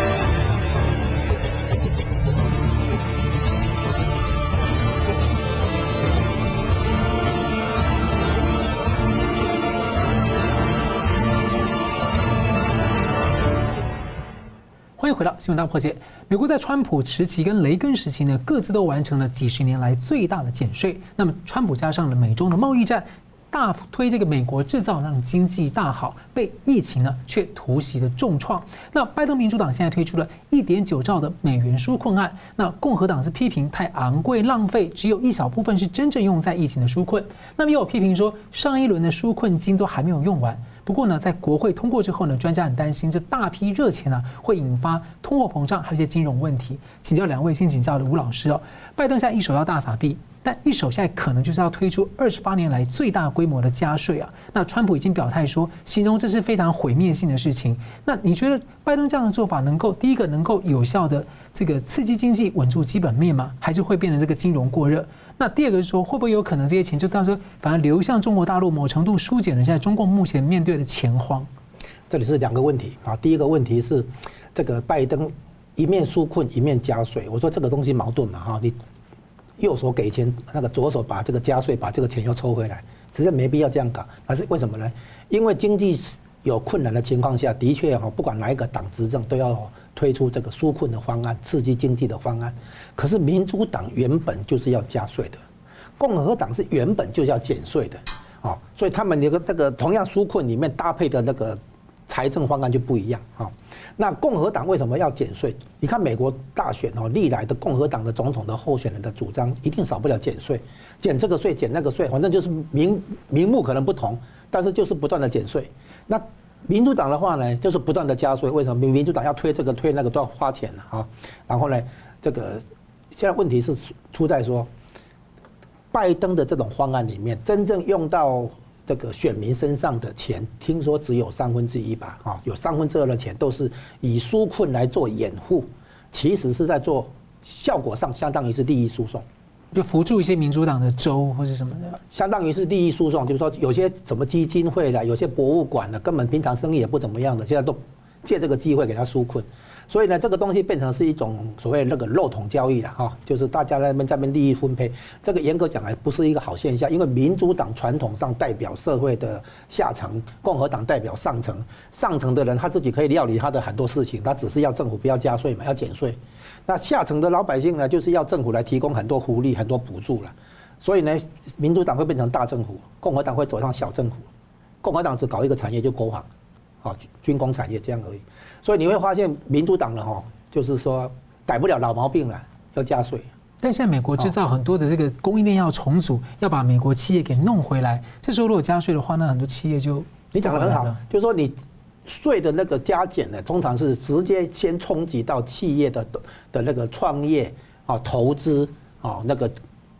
欢迎回到新闻大破解。美国在川普时期跟雷根时期呢，各自都完成了几十年来最大的减税。那么川普加上了美中的贸易战，大推这个美国制造，让经济大好，被疫情呢却突袭的重创。那拜登民主党现在推出了1.9兆的美元纾困案，那共和党是批评太昂贵浪费，只有一小部分是真正用在疫情的纾困。那么也有批评说，上一轮的纾困金都还没有用完。不过呢，在国会通过之后呢，专家很担心这大批热钱呢会引发通货膨胀，还有一些金融问题。请教两位，先请教的吴老师拜登现在一手要大撒币，但一手现在可能就是要推出28年来最大规模的加税啊。那川普已经表态说，形容这是非常毁灭性的事情。那你觉得拜登这样的做法第一个能够有效的这个刺激经济、稳住基本面吗？还是会变成这个金融过热？那第二个是说，会不会有可能这些钱就到时候反而流向中国大陆，某程度疏解了现在中共目前面对的钱荒？ 这里是两个问题啊。第一个问题是，这个拜登一面纾困一面加税，我说这个东西矛盾嘛你右手给钱，那个左手把这个加税，把这个钱又抽回来，实在没必要这样搞。但是为什么呢？因为经济有困难的情况下，的确不管哪一个党执政都要推出这个纾困的方案、刺激经济的方案。可是民主党原本就是要加税的，共和党是原本就要减税的，所以他们这个同样纾困里面搭配的那个财政方案就不一样那共和党为什么要减税？你看美国大选历来的共和党的总统的候选人的主张一定少不了减税，减这个税减那个税，反正就是名目可能不同，但是就是不断的减税。那民主党的话呢，就是不断的加税。为什么？民主党要推这个推那个都要花钱然后呢，这个现在问题是出在说，拜登的这种方案里面，真正用到这个选民身上的钱，听说只有1/3吧，有2/3的钱都是以纾困来做掩护，其实是在做效果上相当于是利益输送， 就扶助一些民主党的州或者什么的， 相当于是利益输送。就是说，有些什么基金会啦，有些博物馆呢，根本平常生意也不怎么样的，现在都借这个机会给他纾困。所以呢，这个东西变成是一种所谓那个漏桶交易了就是大家在那边利益分配，这个严格讲来不是一个好现象，因为民主党传统上代表社会的下层，共和党代表上层，上层的人他自己可以料理他的很多事情，他只是要政府不要加税嘛，要减税。那下层的老百姓呢，就是要政府来提供很多福利、很多补助了。所以呢，民主党会变成大政府，共和党会走向小政府。共和党只搞一个产业就国防，军工产业这样而已。所以你会发现，民主党呢，就是说改不了老毛病了，要加税。 但现在美国制造很多的这个供应链要重组，要把美国企业给弄回来。这时候如果加税的话，那很多企业就你讲得很好，就是说你税的那个加减呢，通常是直接先冲击到企业的那个创业投资那个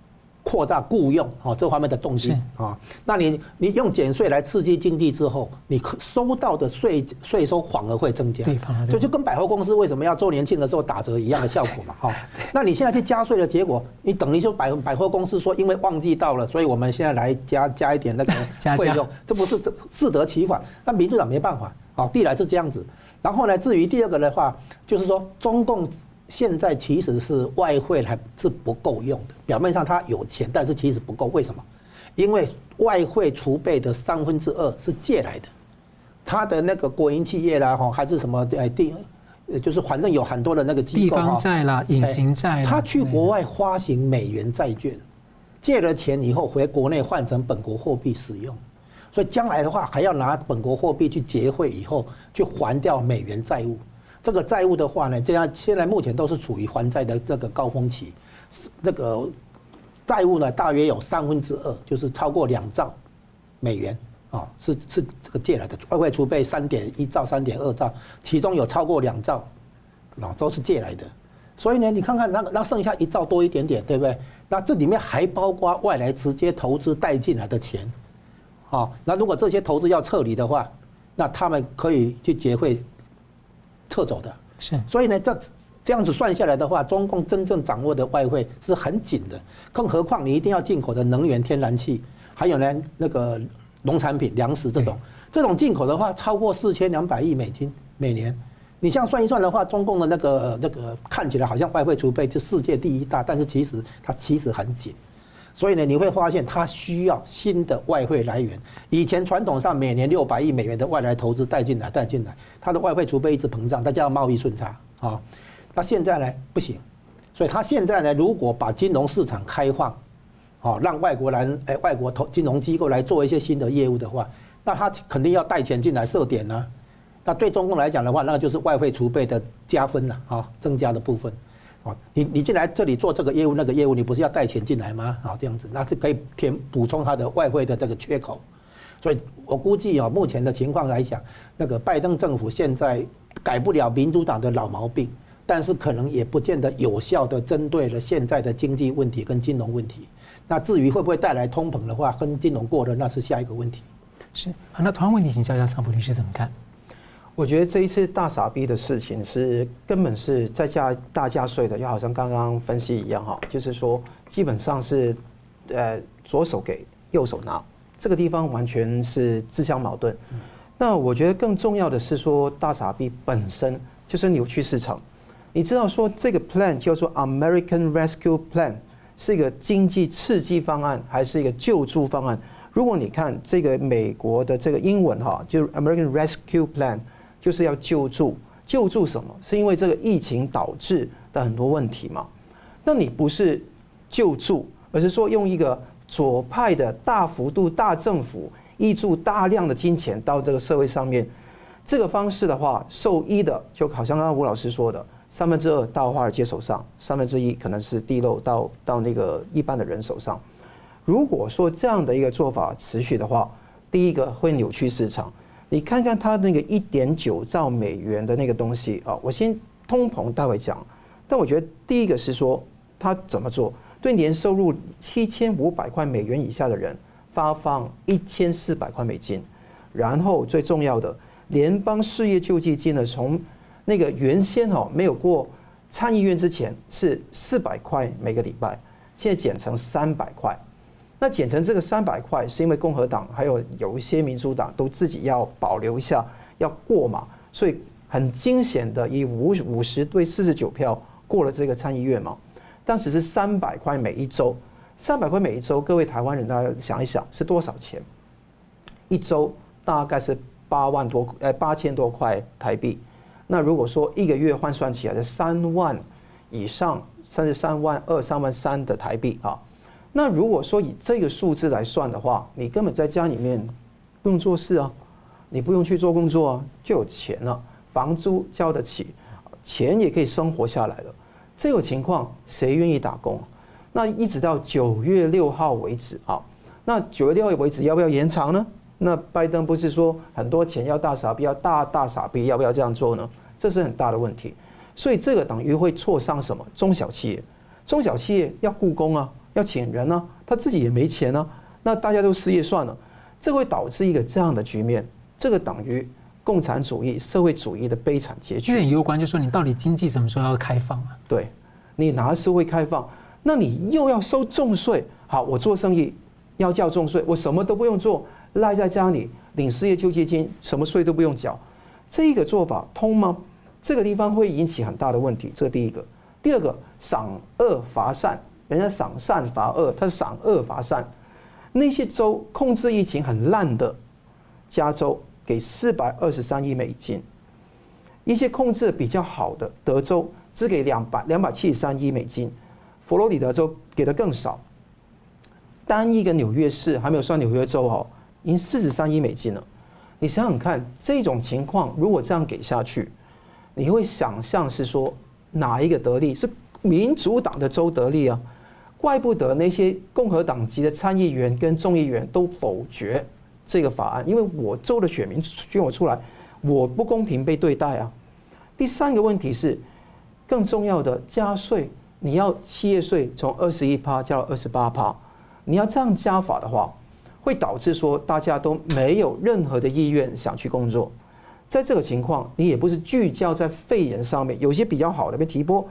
扩大雇用这方面的动机啊。那你用减税来刺激经济之后，你收到的税收反而会增加，就跟百货公司为什么要周年庆的时候打折一样的效果嘛。那你现在去加税的结果，你等于说百货公司说因为旺季到了，所以我们现在来加一点那个费用，这不是适得其反？那民主党没办法，历来是这样子。然后呢，至于第二个的话，就是说中共现在其实是外汇还是不够用的，表面上他有钱，但是其实不够。为什么？因为外汇储备的2/3是借来的，他的那个国营企业啦，还是什么就是反正有很多的那个机构， 地方债啦、隐形债啦， 他去国外发行美元债券，借了钱以后回国内换成本国货币使用，所以将来的话还要拿本国货币去结汇以后去还掉美元债务。这个债务的话呢，这样现在目前都是处于还债的这个高峰期，这个债务呢大约有2/3，就是超过2兆美元是这个借来的，外汇储备3.1兆、3.2兆，其中有超过2兆都是借来的。所以呢，你看看那剩下1兆多一点点，对不对？那这里面还包括外来直接投资带进来的钱，那如果这些投资要撤离的话，那他们可以去结汇撤走的。 是， 所以呢，这样子算下来的话，中共真正掌握的外汇是很紧的，更何况你一定要进口的能源、天然气，还有呢那个农产品、粮食这种进口的话，超过4200亿美金每年。你这样算一算的话，中共的那个看起来好像外汇储备是世界第1大，但是其实很紧。所以呢，你会发现它需要新的外汇来源。以前传统上每年600亿美元的外来投资带进来，它的外汇储备一直膨胀，它叫贸易顺差啊。那现在呢不行，所以它现在呢，如果把金融市场开放，让外国金融机构来做一些新的业务的话，那它肯定要带钱进来设点呢。那对中共来讲的话，那就是外汇储备的加分了增加的部分。你进来这里做这个业务那个业务，你不是要带钱进来吗？这样子，那是可以补充它的外汇的这个缺口。所以我估计目前的情况来讲，那个拜登政府现在改不了民主党的老毛病，但是可能也不见得有效的针对了现在的经济问题跟金融问题。那至于会不会带来通膨的话，跟金融过热，那是下一个问题。 是好，那同样问题，请教一下桑普律师怎么看？ 我觉得这一次大傻逼的事情是根本是在大加税的，就好像刚刚分析一样就是说基本上是左手给右手拿，这个地方完全是自相矛盾。那我觉得更重要的是说，大傻逼本身就是扭曲市场。你知道说这个 plan 叫做 American Rescue Plan， 是一个经济刺激方案还是一个救助方案？如果你看这个美国的这个英文就是 American Rescue Plan。就是要救助什么？是因为这个疫情导致的很多问题嘛？那你不是救助，而是说用一个左派的大幅度大政府挹注大量的金钱到这个社会上面，这个方式的话，受益的就好像刚刚吴老师说的，2/3到华尔街手上，1/3可能是滴漏到那个一般的人手上。如果说这样的一个做法持续的话，第一个会扭曲市场。你看看它那个1.9兆美元的那个东西我先通膨待会讲，但我觉得第一个是说它怎么做，对年收入7500块美元以下的人发放1400块美金，然后最重要的，联邦失业救济金呢，从那个原先没有过参议院之前是400块每个礼拜，现在减成300块。那减成这个300块，是因为共和党还有一些民主党都自己要保留一下，要过嘛，所以很惊险的以50对49票过了这个参议院嘛。当时是300块每一周，300块每一周，各位台湾人大家想一想是多少钱？一周大概是8000多块台币。那如果说一个月换算起来是3万以上，甚至3万2、3万3的台币那如果说以这个数字来算的话，你根本在家里面不用做事你不用去做工作就有钱了，房租交得起，钱也可以生活下来了。这种情况谁愿意打工？那一直到9月6号为止那9月6号为止要不要延长呢？那拜登不是说很多钱要大傻逼，要大傻逼，要不要这样做呢？这是很大的问题。所以这个等于会挫伤什么？中小企业要雇工要请人呢，他自己也没钱呢，那大家都失业算了，这会导致一个这样的局面，这个等于共产主义、社会主义的悲惨结局。 有点攸关，就说你到底经济什么时候要开放啊？ 对，你拿社会开放，那你又要收重税。好，我做生意要交重税，我什么都不用做，赖在家里领失业救济金，什么税都不用缴，这个做法通吗？这个地方会引起很大的问题，这是第一个。第二个，赏恶罚善，人家赏善罚恶，他是赏恶罚善。那些州控制疫情很烂的，加州给423亿美金，一些控制比较好的德州只给273亿美金，佛罗里达州给的更少。单一个纽约市还没有算纽约州哦，已经43亿美金了。你想想看，这种情况如果这样给下去，你会想象是说哪一个得利？是民主党的州得利啊，怪不得那些共和党籍的参议员跟众议员都否决这个法案，因为我州的选民选我出来，我不公平被对待啊。第三个问题是更重要的，加税，你要企业税从21%加到28%，你要这样加法的话，会导致说大家都没有任何的意愿想去工作。在这个情况，你也不是聚焦在肺炎上面，有些比较好的被提拨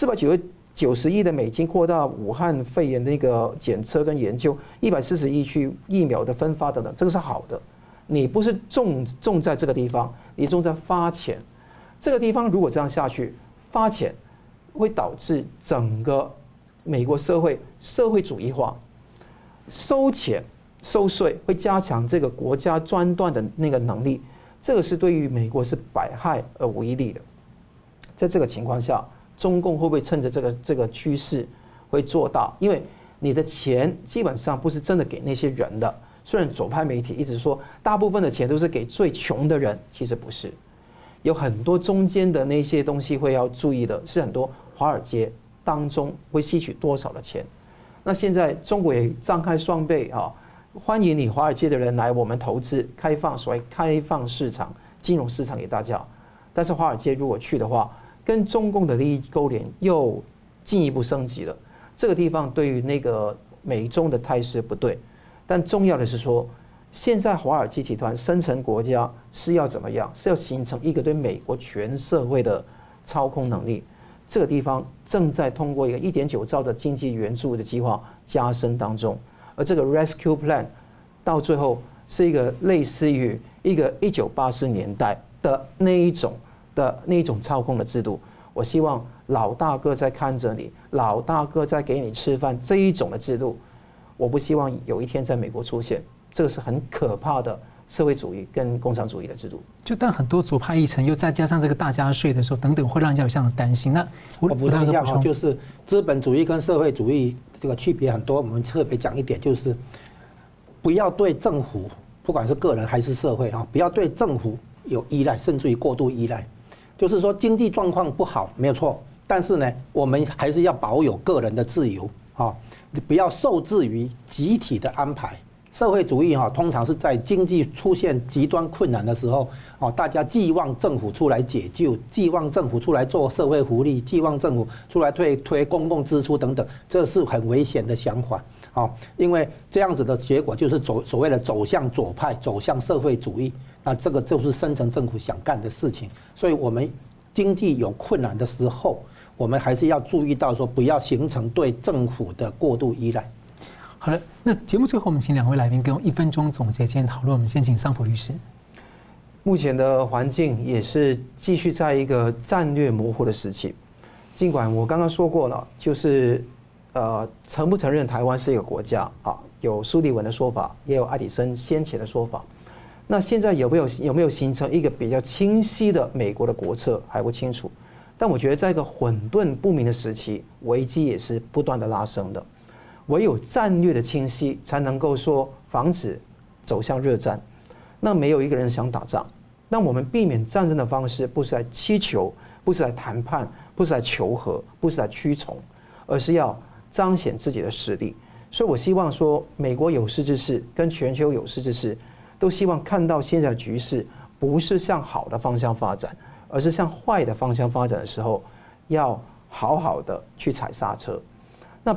490亿的美金扩大武汉肺炎的那个检测跟研究，140亿去疫苗的分发等等，这个是好的。你不是重在这个地方，你重在发钱。这个地方如果这样下去，发钱会导致整个美国社会主义化，收钱收税会加强这个国家专断的那个能力。这个是对于美国是百害而无一利的。在这个情况下，中共会不会趁着这个趋势会做大？因为你的钱基本上不是真的给那些人的。虽然左派媒体一直说大部分的钱都是给最穷的人，其实不是，有很多中间的那些东西会要注意的，是很多华尔街当中会吸取多少的钱。那现在中国也张开双臂啊。欢迎你华尔街的人来我们投资，开放所谓开放市场、金融市场给大家。但是华尔街如果去的话，跟中共的利益勾连又进一步升级了。这个地方对于那个美中的态势不对。但重要的是说，现在华尔街集团生成国家是要怎么样？是要形成一个对美国全社会的操控能力。这个地方正在通过一个1.9兆的经济援助的计划加深当中。而这个 Rescue Plan 到最后是一个类似于一个1980年代的那一种操控的制度。我希望老大哥在看着你，老大哥在给你吃饭这一种的制度，我不希望有一天在美国出现。这个是很可怕的社会主义跟共产主义的制度。 就但很多左派议程又再加上这个大加税的时候等等，会让人家有这样的担心。那我补充一下哈，就是资本主义跟社会主义这个区别很多，我们特别讲一点，就是不要对政府，不管是个人还是社会啊，不要对政府有依赖，甚至于过度依赖。就是说经济状况不好没有错，但是呢，我们还是要保有个人的自由啊，不要受制于集体的安排。社会主义通常是在经济出现极端困难的时候，大家寄望政府出来解救，寄望政府出来做社会福利，寄望政府出来推公共支出等等，这是很危险的想法。因为这样子的结果就是所谓的走向左派，走向社会主义，那这个就是深层政府想干的事情。所以我们经济有困难的时候，我们还是要注意到说，不要形成对政府的过度依赖。 好了，那节目最后我们请2位来宾给我们1分钟总结今天讨论。我们先请桑普律师。 目前的环境也是继续在一个战略模糊的时期，尽管我刚刚说过了，就是承不承认台湾是一个国家啊？有苏利文的说法，也有爱迪生先前的说法。那现在有没有形成一个比较清晰的美国的国策还不清楚。但我觉得在一个混沌不明的时期，危机也是不断的拉升的。唯有战略的清晰，才能够说防止走向热战。那没有一个人想打仗，那我们避免战争的方式，不是来祈求，不是来谈判，不是来求和，不是来屈从，而是要彰显自己的实力。所以我希望说，美国有识之士跟全球有识之士，都希望看到现在的局势不是向好的方向发展，而是向坏的方向发展的时候，要好好的去踩刹车。那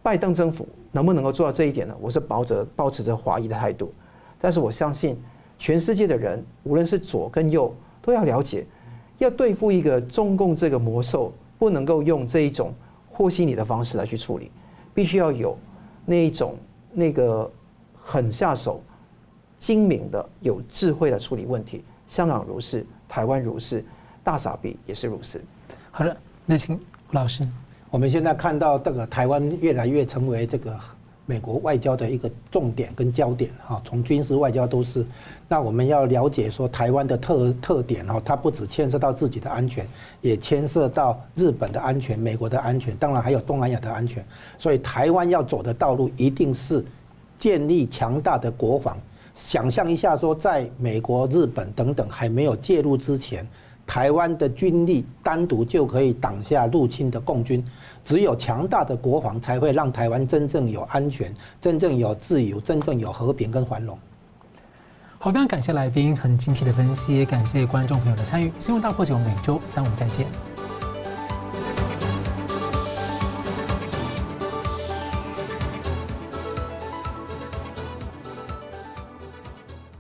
拜登政府能不能够做到这一点呢？我是抱持着怀疑的态度。但是我相信，全世界的人，无论是左跟右，都要了解，要对付一个中共这个魔兽，不能够用这一种和稀泥的方式来去处理，必须要有那个狠下手、精明的、有智慧的处理问题。香港如是，台湾如是，大撒币也是如是。 好的，那请吴老师。 我们现在看到这个台湾越来越成为这个美国外交的一个重点跟焦点哈，从军事外交都是。那我们要了解说台湾的特点哈，它不只牵涉到自己的安全，也牵涉到日本的安全、美国的安全，当然还有东南亚的安全。所以台湾要走的道路一定是建立强大的国防。想象一下说，在美国、日本等等还没有介入之前，台湾的军力单独就可以挡下入侵的共军。只有强大的国防，才会让台湾真正有安全、真正有自由、真正有和平跟繁荣。 好，非常感谢来宾很精辟的分析，也感谢观众朋友的参与。新闻大破解，每周3、5再见。